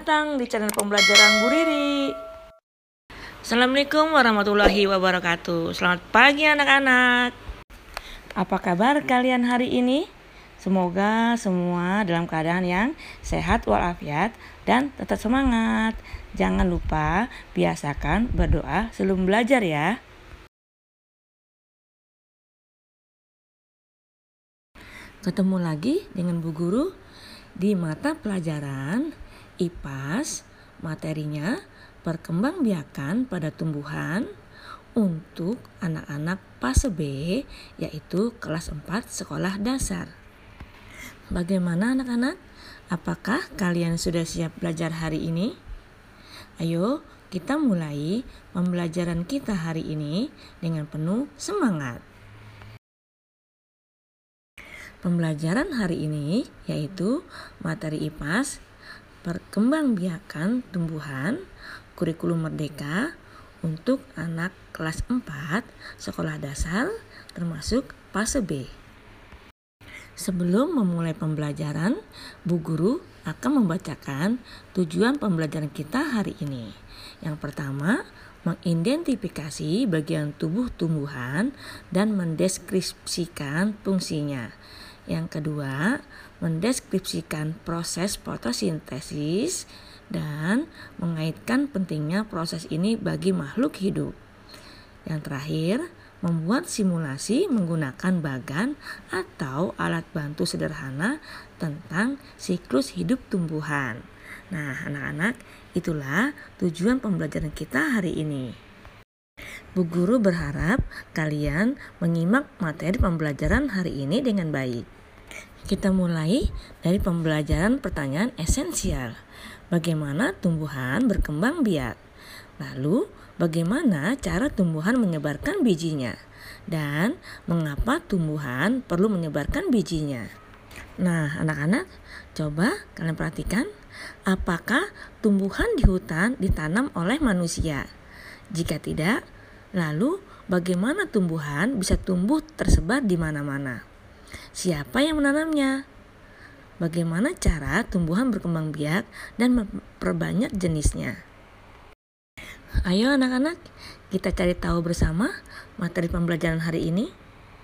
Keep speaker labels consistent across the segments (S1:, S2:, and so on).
S1: datang di channel pembelajaran Bu Riri. Assalamualaikum warahmatullahi wabarakatuh. Selamat pagi anak-anak. Apa kabar kalian hari ini? Semoga semua dalam keadaan yang sehat walafiat dan tetap semangat. Jangan lupa biasakan berdoa sebelum belajar ya. Ketemu lagi dengan Bu Guru di mata pelajaran IPAS, materinya perkembangbiakan pada tumbuhan untuk anak-anak fase B, yaitu kelas 4 sekolah dasar. Bagaimana anak-anak? Apakah kalian sudah siap belajar hari ini? Ayo kita mulai pembelajaran kita hari ini dengan penuh semangat. Pembelajaran hari ini yaitu materi IPAS, perkembangbiakan tumbuhan, kurikulum merdeka untuk anak kelas 4 sekolah dasar termasuk fase B. Sebelum memulai pembelajaran, Bu Guru akan membacakan tujuan pembelajaran kita hari ini. Yang pertama, mengidentifikasi bagian tubuh tumbuhan dan mendeskripsikan fungsinya. Yang kedua, mendeskripsikan proses fotosintesis dan mengaitkan pentingnya proses ini bagi makhluk hidup. Yang terakhir, membuat simulasi menggunakan bagan atau alat bantu sederhana tentang siklus hidup tumbuhan. Nah, anak-anak, itulah tujuan pembelajaran kita hari ini. Bu Guru berharap kalian menyimak materi pembelajaran hari ini dengan baik. Kita mulai dari pembelajaran pertanyaan esensial. Bagaimana tumbuhan berkembang biak? Lalu, bagaimana cara tumbuhan menyebarkan bijinya? Dan mengapa tumbuhan perlu menyebarkan bijinya? Nah, anak-anak, coba kalian perhatikan, apakah tumbuhan di hutan ditanam oleh manusia? Jika tidak, lalu bagaimana tumbuhan bisa tumbuh tersebar di mana-mana? Siapa yang menanamnya? Bagaimana cara tumbuhan berkembang biak dan memperbanyak jenisnya? Ayo anak-anak, kita cari tahu bersama materi pembelajaran hari ini.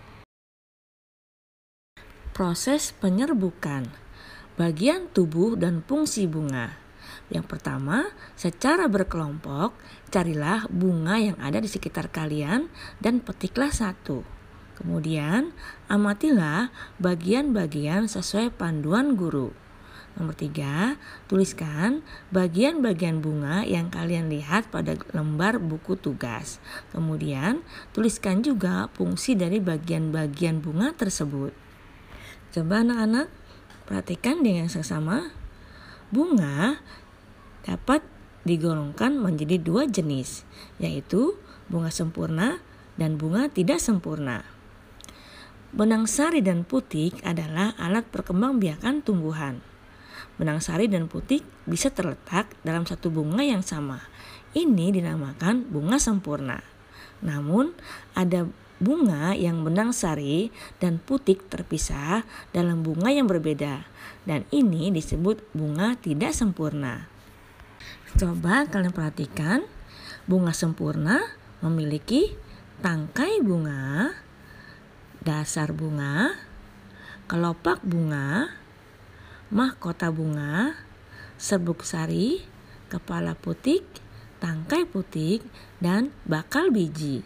S1: Proses penyerbukan, bagian tubuh dan fungsi bunga. Yang pertama, secara berkelompok, carilah bunga yang ada di sekitar kalian dan petiklah satu. Kemudian, amatilah bagian-bagian sesuai panduan guru. Nomor 3, tuliskan bagian-bagian bunga yang kalian lihat pada lembar buku tugas. Kemudian, tuliskan juga fungsi dari bagian-bagian bunga tersebut. Coba anak-anak, perhatikan dengan seksama. Bunga dapat digolongkan menjadi 2 jenis, yaitu bunga sempurna dan bunga tidak sempurna. Benang sari dan putik adalah alat perkembangbiakan tumbuhan. Benang sari dan putik bisa terletak dalam satu bunga yang sama. Ini dinamakan bunga sempurna. Namun, ada bunga yang benang sari dan putik terpisah dalam bunga yang berbeda, dan ini disebut bunga tidak sempurna. Coba kalian perhatikan, bunga sempurna memiliki tangkai bunga, dasar bunga, kelopak bunga, mahkota bunga, serbuk sari, kepala putik, tangkai putik, dan bakal biji.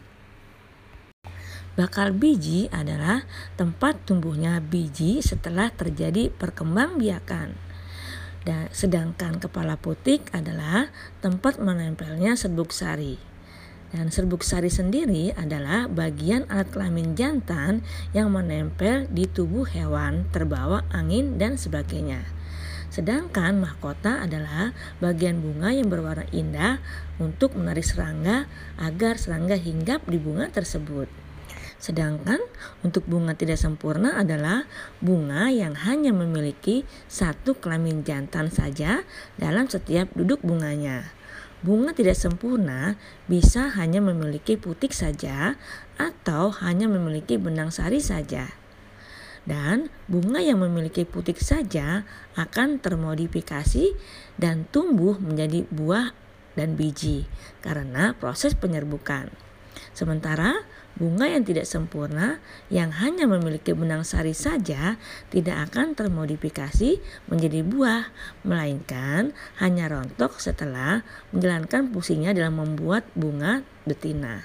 S1: Bakal biji adalah tempat tumbuhnya biji setelah terjadi perkembangbiakan. Dan sedangkan kepala putik adalah tempat menempelnya serbuk sari. Dan serbuk sari sendiri adalah bagian alat kelamin jantan yang menempel di tubuh hewan terbawa angin dan sebagainya. Sedangkan mahkota adalah bagian bunga yang berwarna indah untuk menarik serangga agar serangga hinggap di bunga tersebut. Sedangkan untuk bunga tidak sempurna adalah bunga yang hanya memiliki satu kelamin jantan saja dalam setiap duduk bunganya. Bunga tidak sempurna bisa hanya memiliki putik saja atau hanya memiliki benang sari saja. Dan bunga yang memiliki putik saja akan termodifikasi dan tumbuh menjadi buah dan biji karena proses penyerbukan. Sementara bunga yang tidak sempurna yang hanya memiliki benang sari saja tidak akan termodifikasi menjadi buah, melainkan hanya rontok setelah menjalankan fungsinya dalam membuat bunga betina.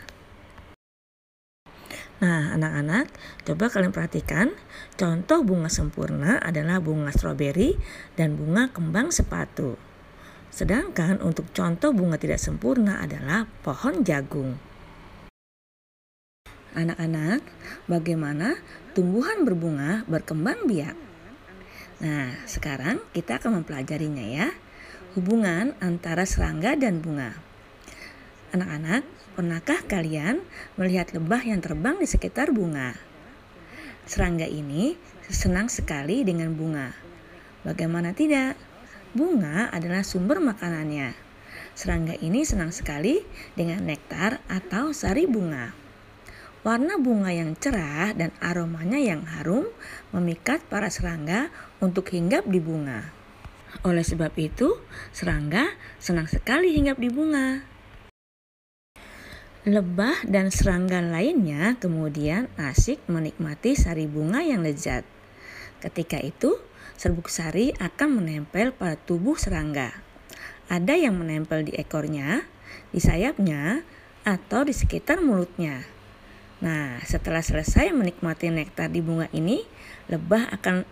S1: Nah, anak-anak, coba kalian perhatikan, contoh bunga sempurna adalah bunga stroberi dan bunga kembang sepatu. Sedangkan untuk contoh bunga tidak sempurna adalah pohon jagung. Anak-anak, bagaimana tumbuhan berbunga berkembang biak? Nah, sekarang kita akan mempelajarinya ya. Hubungan antara serangga dan bunga. Anak-anak, pernahkah kalian melihat lebah yang terbang di sekitar bunga? Serangga ini senang sekali dengan bunga. Bagaimana tidak? Bunga adalah sumber makanannya. Serangga ini senang sekali dengan nektar atau sari bunga. Warna bunga yang cerah dan aromanya yang harum memikat para serangga untuk hinggap di bunga. Oleh sebab itu, serangga senang sekali hinggap di bunga. Lebah dan serangga lainnya kemudian asik menikmati sari bunga yang lezat. Ketika itu, serbuk sari akan menempel pada tubuh serangga. Ada yang menempel di ekornya, di sayapnya, atau di sekitar mulutnya. Nah, setelah selesai menikmati nektar di bunga ini, lebah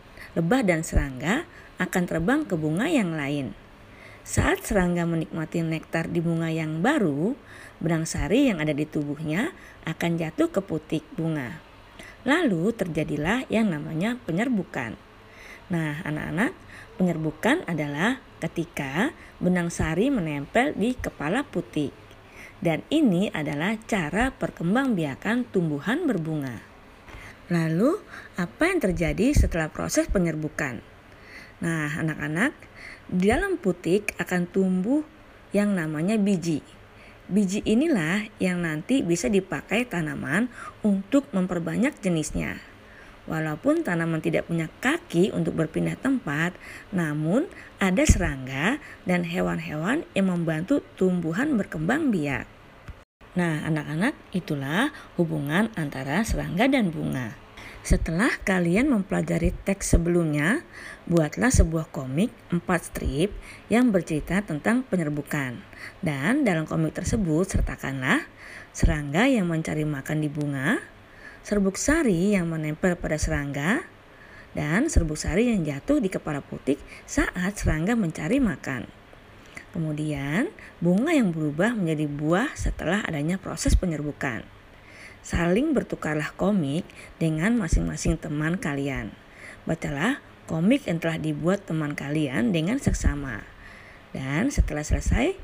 S1: dan serangga akan terbang ke bunga yang lain. Saat serangga menikmati nektar di bunga yang baru, benang sari yang ada di tubuhnya akan jatuh ke putik bunga. Lalu terjadilah yang namanya penyerbukan. Nah, anak-anak, penyerbukan adalah ketika benang sari menempel di kepala putik. Dan ini adalah cara perkembangbiakan tumbuhan berbunga. Lalu, apa yang terjadi setelah proses penyerbukan? Nah, anak-anak, di dalam putik akan tumbuh yang namanya biji. Biji inilah yang nanti bisa dipakai tanaman untuk memperbanyak jenisnya. Walaupun tanaman tidak punya kaki untuk berpindah tempat, namun ada serangga dan hewan-hewan yang membantu tumbuhan berkembang biak. Nah, anak-anak, itulah hubungan antara serangga dan bunga. Setelah kalian mempelajari teks sebelumnya, buatlah sebuah komik 4 strip yang bercerita tentang penyerbukan. Dan dalam komik tersebut sertakanlah serangga yang mencari makan di bunga, serbuk sari yang menempel pada serangga, dan serbuk sari yang jatuh di kepala putik saat serangga mencari makan. Kemudian, bunga yang berubah menjadi buah setelah adanya proses penyerbukan. Saling bertukarlah komik dengan masing-masing teman kalian. Bacalah komik yang telah dibuat teman kalian dengan seksama. Dan setelah selesai,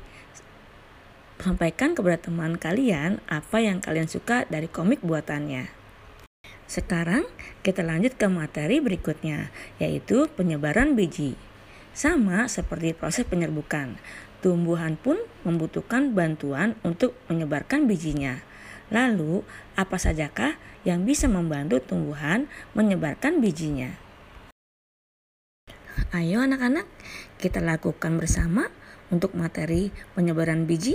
S1: sampaikan kepada teman kalian apa yang kalian suka dari komik buatannya. Sekarang kita lanjut ke materi berikutnya, yaitu penyebaran biji. Sama seperti proses penyerbukan, tumbuhan pun membutuhkan bantuan untuk menyebarkan bijinya. Lalu, apa sajakah yang bisa membantu tumbuhan menyebarkan bijinya? Ayo anak-anak, kita lakukan bersama untuk materi penyebaran biji.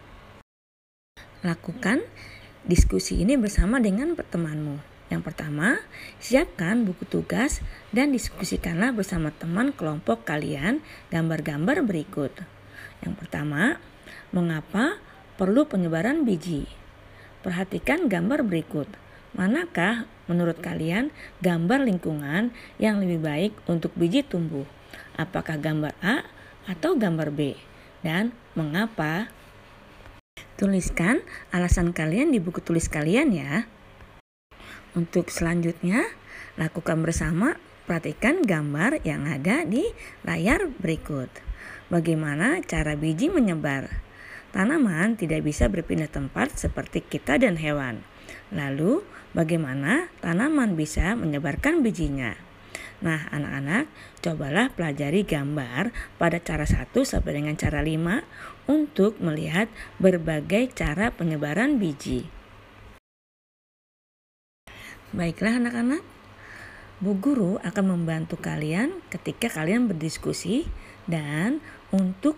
S1: Lakukan diskusi ini bersama dengan temanmu. Yang pertama, siapkan buku tugas dan diskusikanlah bersama teman kelompok kalian gambar-gambar berikut. Yang pertama, mengapa perlu penyebaran biji? Perhatikan gambar berikut. Manakah menurut kalian gambar lingkungan yang lebih baik untuk biji tumbuh? Apakah gambar A atau gambar B? Dan mengapa? Tuliskan alasan kalian di buku tulis kalian ya. Untuk selanjutnya, lakukan bersama, perhatikan gambar yang ada di layar berikut. Bagaimana cara biji menyebar? Tanaman tidak bisa berpindah tempat seperti kita dan hewan. Lalu, bagaimana tanaman bisa menyebarkan bijinya? Nah, anak-anak, cobalah pelajari gambar pada cara 1 sampai dengan cara 5 untuk melihat berbagai cara penyebaran biji. Baiklah anak-anak, Bu Guru akan membantu kalian ketika kalian berdiskusi dan untuk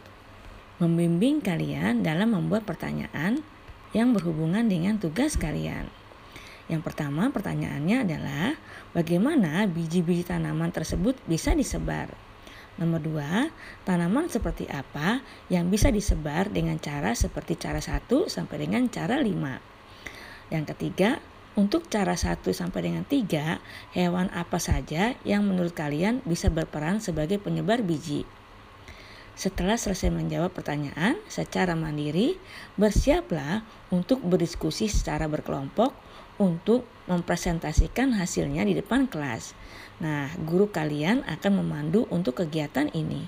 S1: membimbing kalian dalam membuat pertanyaan yang berhubungan dengan tugas kalian. Yang pertama, pertanyaannya adalah bagaimana biji-biji tanaman tersebut bisa disebar? Nomor 2, tanaman seperti apa yang bisa disebar dengan cara seperti cara 1 sampai dengan cara 5. Yang ketiga, untuk cara 1 sampai dengan 3, hewan apa saja yang menurut kalian bisa berperan sebagai penyebar biji? Setelah selesai menjawab pertanyaan secara mandiri, bersiaplah untuk berdiskusi secara berkelompok untuk mempresentasikan hasilnya di depan kelas. Nah, guru kalian akan memandu untuk kegiatan ini.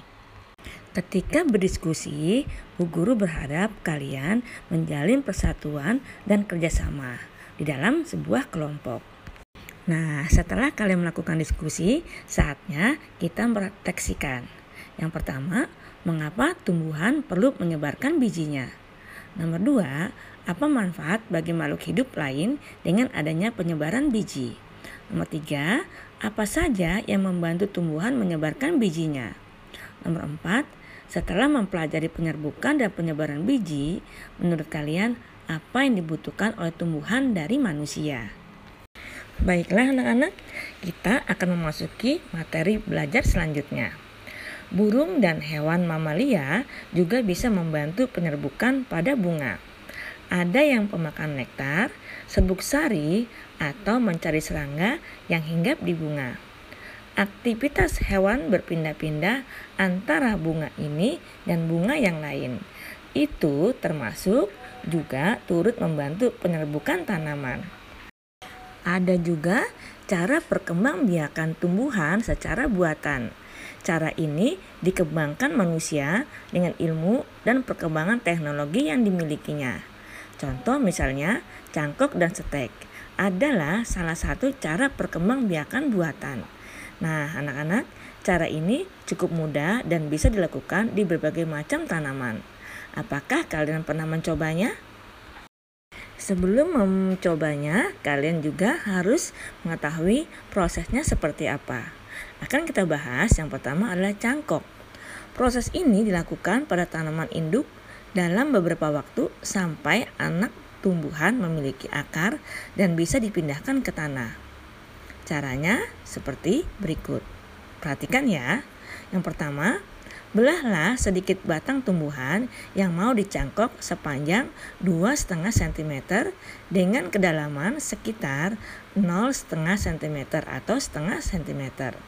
S1: Ketika berdiskusi, Bu Guru berharap kalian menjalin persatuan dan kerjasama di dalam sebuah kelompok. Nah, setelah kalian melakukan diskusi, saatnya kita merefleksikan. Yang pertama, mengapa tumbuhan perlu menyebarkan bijinya? Nomor 2, apa manfaat bagi makhluk hidup lain dengan adanya penyebaran biji? Nomor 3, apa saja yang membantu tumbuhan menyebarkan bijinya? Nomor 4, setelah mempelajari penyerbukan dan penyebaran biji, menurut kalian apa yang dibutuhkan oleh tumbuhan dari manusia? Baiklah anak-anak, kita akan memasuki materi belajar selanjutnya. Burung dan hewan mamalia juga bisa membantu penyerbukan pada bunga. Ada yang pemakan nektar, serbuk sari, atau mencari serangga yang hinggap di bunga. Aktivitas hewan berpindah-pindah antara bunga ini dan bunga yang lain. Itu termasuk juga turut membantu penyerbukan tanaman. Ada juga cara perkembangbiakan tumbuhan secara buatan. Cara ini dikembangkan manusia dengan ilmu dan perkembangan teknologi yang dimilikinya. Contoh misalnya cangkok dan setek adalah salah satu cara perkembangbiakan buatan. Nah anak-anak, cara ini cukup mudah dan bisa dilakukan di berbagai macam tanaman. Apakah kalian pernah mencobanya? Sebelum mencobanya, kalian juga harus mengetahui prosesnya seperti apa. Akan kita bahas yang pertama adalah cangkok. Proses ini dilakukan pada tanaman induk dalam beberapa waktu sampai anak tumbuhan memiliki akar dan bisa dipindahkan ke tanah. Caranya seperti berikut. Perhatikan ya. Yang pertama, belahlah sedikit batang tumbuhan yang mau dicangkok sepanjang 2,5 cm dengan kedalaman sekitar 0,5 cm atau setengah cm.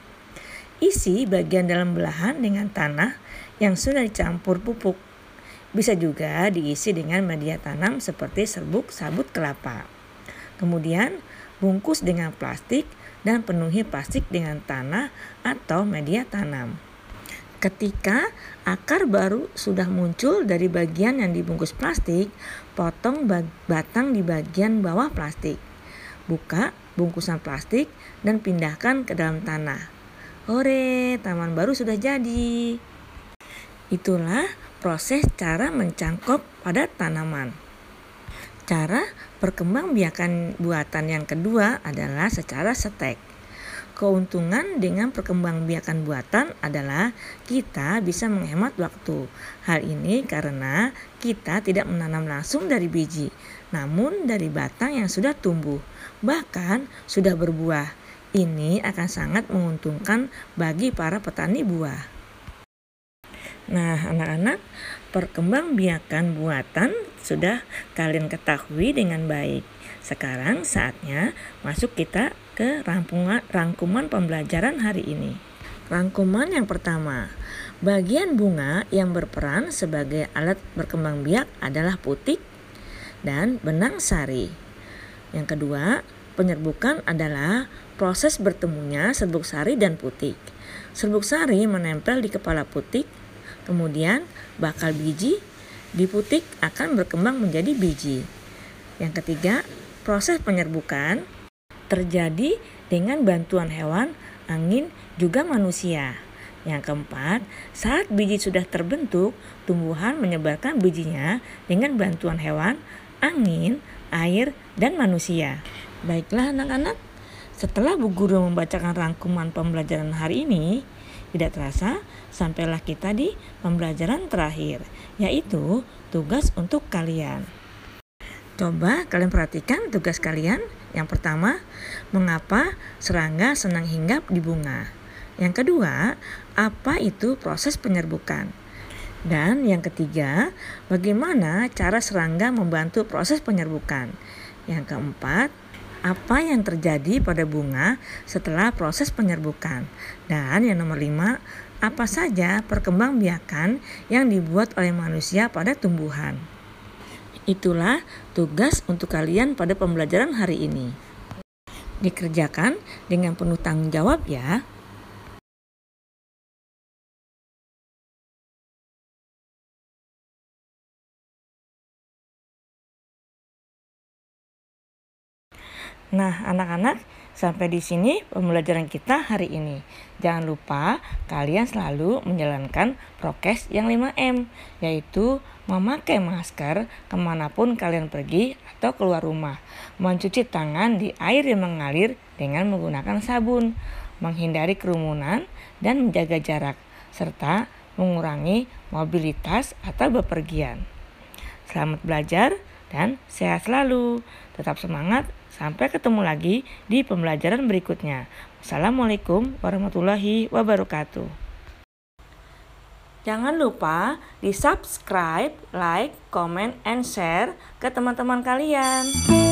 S1: Isi bagian dalam belahan dengan tanah yang sudah dicampur pupuk. Bisa juga diisi dengan media tanam seperti serbuk sabut kelapa. Kemudian bungkus dengan plastik dan penuhi plastik dengan tanah atau media tanam. Ketika akar baru sudah muncul dari bagian yang dibungkus plastik, potong batang di bagian bawah plastik. Buka bungkusan plastik dan pindahkan ke dalam tanah. Hore, taman baru sudah jadi. Itulah proses cara mencangkok pada tanaman. Cara perkembangbiakan buatan yang kedua adalah secara setek. Keuntungan dengan perkembangbiakan buatan adalah kita bisa menghemat waktu. Hal ini karena kita tidak menanam langsung dari biji, namun dari batang yang sudah tumbuh, bahkan sudah berbuah. Ini akan sangat menguntungkan bagi para petani buah. Nah, anak-anak, perkembangbiakan buatan sudah kalian ketahui dengan baik. Sekarang saatnya masuk kita ke rangkuman pembelajaran hari ini. Rangkuman yang pertama, bagian bunga yang berperan sebagai alat berkembang biak adalah putik dan benang sari. Yang kedua, penyerbukan adalah proses bertemunya serbuk sari dan putik. Serbuk sari menempel di kepala putik, kemudian bakal biji di putik akan berkembang menjadi biji. Yang ketiga, proses penyerbukan terjadi dengan bantuan hewan, angin, juga manusia. Yang keempat, saat biji sudah terbentuk, tumbuhan menyebarkan bijinya dengan bantuan hewan, angin, air, dan manusia. Baiklah anak-anak, Setelah Bu Guru membacakan rangkuman pembelajaran hari ini, tidak terasa sampailah kita di pembelajaran terakhir, yaitu tugas untuk kalian. Coba kalian perhatikan tugas kalian. Yang pertama, mengapa serangga senang hinggap di bunga? Yang kedua, apa itu proses penyerbukan? Dan yang ketiga, bagaimana cara serangga membantu proses penyerbukan? Yang keempat, apa yang terjadi pada bunga setelah proses penyerbukan? Dan yang nomor 5, apa saja perkembangbiakan yang dibuat oleh manusia pada tumbuhan? Itulah tugas untuk kalian pada pembelajaran hari ini. Dikerjakan dengan penuh tanggung jawab ya. Nah, anak-anak, sampai di sini pembelajaran kita hari ini. Jangan lupa kalian selalu menjalankan prokes yang 5M, yaitu memakai masker kemanapun kalian pergi atau keluar rumah, mencuci tangan di air yang mengalir dengan menggunakan sabun, menghindari kerumunan dan menjaga jarak, serta mengurangi mobilitas atau bepergian. Selamat belajar dan sehat selalu. Tetap semangat. Sampai ketemu lagi di pembelajaran berikutnya. Wassalamualaikum warahmatullahi wabarakatuh. Jangan lupa di subscribe, like, comment, and share ke teman-teman kalian.